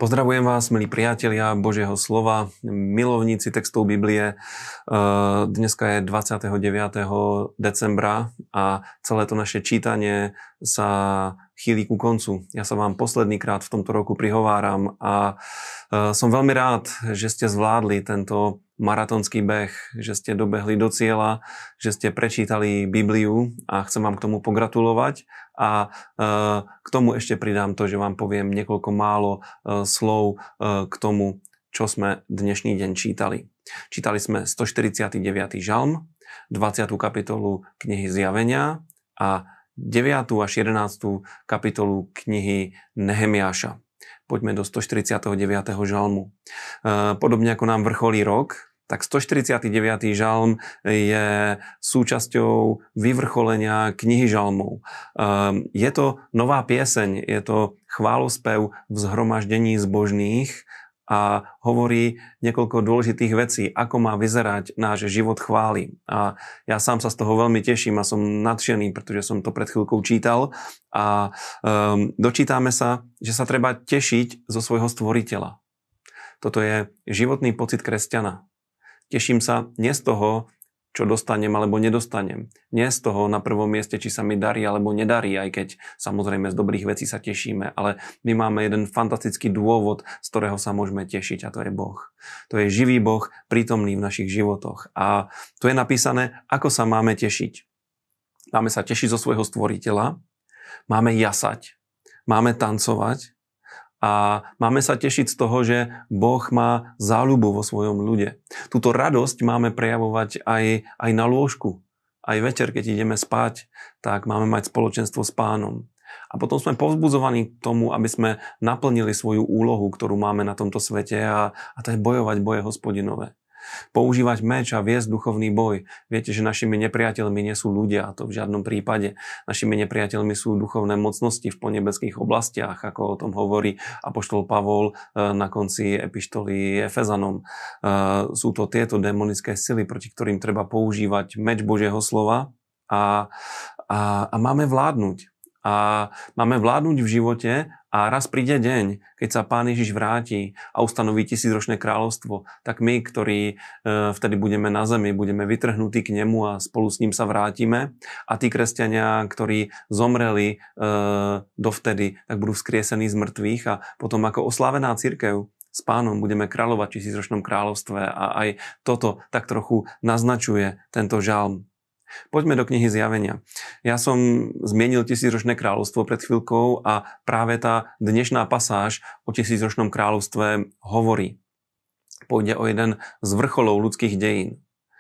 Pozdravujem vás, milí priatelia Božieho slova, milovníci textov Biblie. Dneska je 29. decembra a celé to naše čítanie sa chýli ku koncu. Ja sa vám posledný krát v tomto roku prihováram a som veľmi rád, že ste zvládli tento maratónsky beh, že ste dobehli do cieľa, že ste prečítali Bibliu a chcem vám k tomu pogratulovať a k tomu ešte pridám to, že vám poviem niekoľko málo slov k tomu, čo sme dnešný deň čítali. Čítali sme 149. žalm, 20. kapitolu knihy Zjavenia a 9. až 11. kapitolu knihy Nehemiáša. Poďme do 149. žalmu. Podobne ako nám vrcholí rok, tak 149. žalm je súčasťou vyvrcholenia knihy žalmov. Je to nová pieseň, je to chválospev v zhromaždení zbožných a hovorí niekoľko dôležitých vecí, ako má vyzerať náš život chvály. A ja sám sa z toho veľmi teším a som nadšený, pretože som to pred chvíľkou čítal a dočítame sa, že sa treba tešiť zo svojho stvoriteľa. Toto je životný pocit kresťana. Teším sa nie z toho, čo dostanem alebo nedostanem. Nie z toho na prvom mieste, či sa mi darí alebo nedarí, aj keď samozrejme z dobrých vecí sa tešíme, ale my máme jeden fantastický dôvod, z ktorého sa môžeme tešiť a to je Boh. To je živý Boh, prítomný v našich životoch. A tu je napísané, ako sa máme tešiť. Máme sa tešiť zo svojho stvoriteľa, máme jasať, máme tancovať, a máme sa tešiť z toho, že Boh má záľubu vo svojom ľude. Túto radosť máme prejavovať aj na lôžku. Aj večer, keď ideme spať, tak máme mať spoločenstvo s Pánom. A potom sme povzbudzovaní k tomu, aby sme naplnili svoju úlohu, ktorú máme na tomto svete a to je bojovať boje Hospodinové. Používať meč a viesť duchovný boj. Viete, že našimi nepriateľmi nie sú ľudia, a to v žiadnom prípade. Našimi nepriateľmi sú duchovné mocnosti v ponebeských oblastiach, ako o tom hovorí apoštol Pavol na konci epištoly Efezanom. Sú to tieto démonické sily, proti ktorým treba používať meč Božieho slova a máme vládnuť. A máme vládnuť v živote a raz príde deň, keď sa Pán Ježiš vráti a ustanoví 1000-ročné kráľovstvo, tak my, ktorí vtedy budeme na zemi, budeme vytrhnutí k nemu a spolu s ním sa vrátime a tí kresťania, ktorí zomreli dovtedy, tak budú vzkriesení z mŕtvych a potom ako oslávená cirkev s Pánom budeme kráľovať v 1000-ročnom kráľovstve a aj toto tak trochu naznačuje tento žalm. Poďme do knihy Zjavenia. Ja som zmienil 1000-ročné kráľovstvo pred chvíľkou a práve tá dnešná pasáž o 1000-ročnom kráľovstve hovorí. Pôjde o jeden z vrcholov ľudských dejín.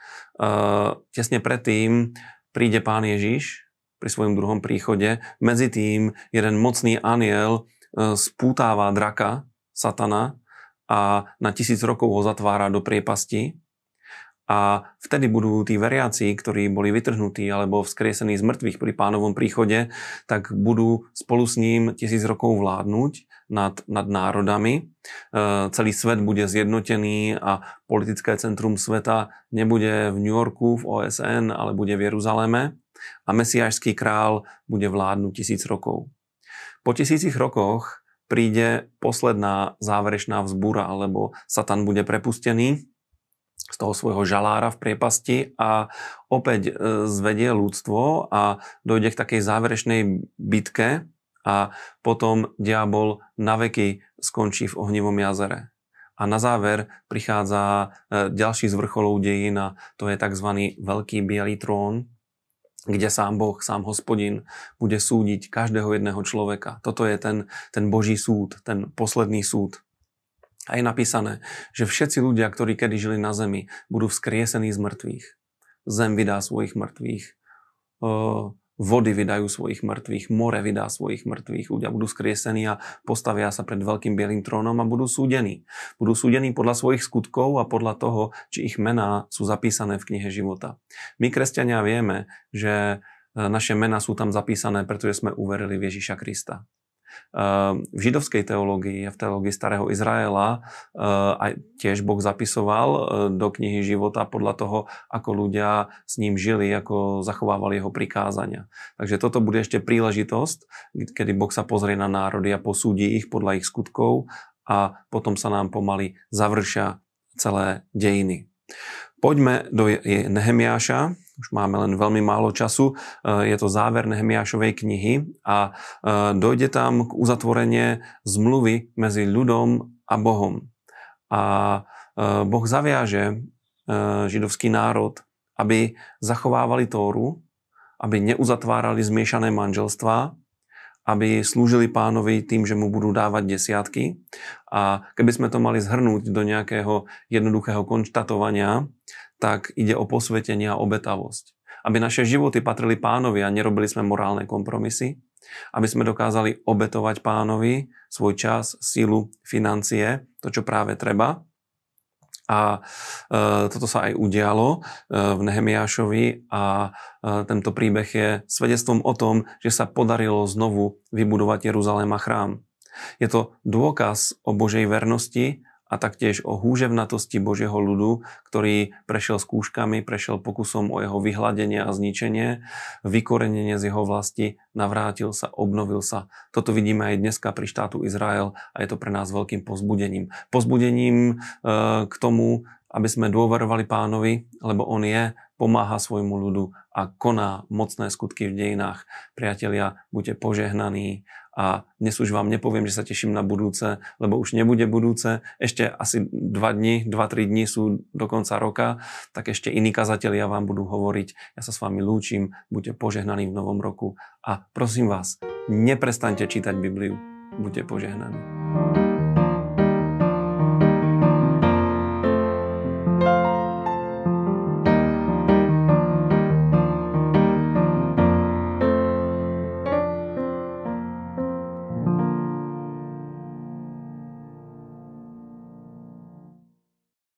Tesne predtým príde Pán Ježiš pri svojom druhom príchode. Medzi tým jeden mocný anjel spútáva draka, satana, a na 1000 rokov ho zatvára do priepasti. A vtedy budú tí veriaci, ktorí boli vytrhnutí alebo vzkriesení z mŕtvych pri Pánovom príchode, tak budú spolu s ním 1000 rokov vládnuť nad národami. Celý svet bude zjednotený a politické centrum sveta nebude v New Yorku, v OSN, ale bude v Jeruzaleme a mesiášský král bude vládnuť 1000 rokov. Po 1000 rokoch príde posledná záverečná vzbúra, alebo Satan bude prepustený z toho svojho žalára v priepasti a opäť zvedie ľudstvo a dojde k takej záverečnej bitke a potom diabol naveky skončí v ohnivom jazere. A na záver prichádza ďalší z vrcholov dejín a to je tzv. Veľký biely trón, kde sám Boh, sám Hospodin bude súdiť každého jedného človeka. Toto je ten Boží súd, ten posledný súd. A je napísané, že všetci ľudia, ktorí kedy žili na zemi, budú vzkriesení z mŕtvych. Zem vydá svojich mŕtvych, vody vydajú svojich mŕtvych, more vydá svojich mŕtvych. Ľudia budú vzkriesení a postavia sa pred veľkým bielým trónom a budú súdení. Budú súdení podľa svojich skutkov a podľa toho, či ich mená sú zapísané v knihe života. My, kresťania, vieme, že naše mená sú tam zapísané, pretože sme uverili v Ježiša Krista. V židovskej teológii a v teológii starého Izraela aj tiež Boh zapisoval do knihy života podľa toho, ako ľudia s ním žili, ako zachovávali jeho prikázania. Takže toto bude ešte príležitosť, kedy Boh sa pozrie na národy a posúdi ich podľa ich skutkov a potom sa nám pomaly završia celé dejiny. Poďme do Nehemiáša, už máme len veľmi málo času, je to záver Nehemiášovej knihy a dojde tam k uzatvorenie zmluvy medzi ľudom a Bohom. A Boh zaviaže židovský národ, aby zachovávali Tóru, aby neuzatvárali zmiešané manželstvá, aby slúžili Pánovi tým, že mu budú dávať desiatky. A keby sme to mali zhrnúť do nejakého jednoduchého konštatovania, tak ide o posvetenie a obetavosť. Aby naše životy patrili Pánovi a nerobili sme morálne kompromisy. Aby sme dokázali obetovať Pánovi svoj čas, silu, financie, to, čo práve treba. A toto sa aj udialo v Nehemiášovi a tento príbeh je svedectvom o tom, že sa podarilo znovu vybudovať Jeruzalém a chrám. Je to dôkaz o Božej vernosti a taktiež o húževnatosti Božieho ľudu, ktorý prešiel skúškami, prešiel pokusom o jeho vyhladenie a zničenie, vykorenenie z jeho vlasti, navrátil sa, obnovil sa. Toto vidíme aj dneska pri štátu Izrael a je to pre nás veľkým povzbudením. Povzbudením k tomu, aby sme dôverovali Pánovi, lebo on pomáha svojmu ľudu a koná mocné skutky v dejinách. Priatelia, buďte požehnaní a dnes už vám nepoviem, že sa teším na budúce, lebo už nebude budúce. Ešte asi 2-3 dní sú do konca roka, tak ešte iní kazatelia vám budú hovoriť. Ja sa s vami lúčim, buďte požehnaní v novom roku a prosím vás, neprestaňte čítať Bibliu. Buďte požehnaní.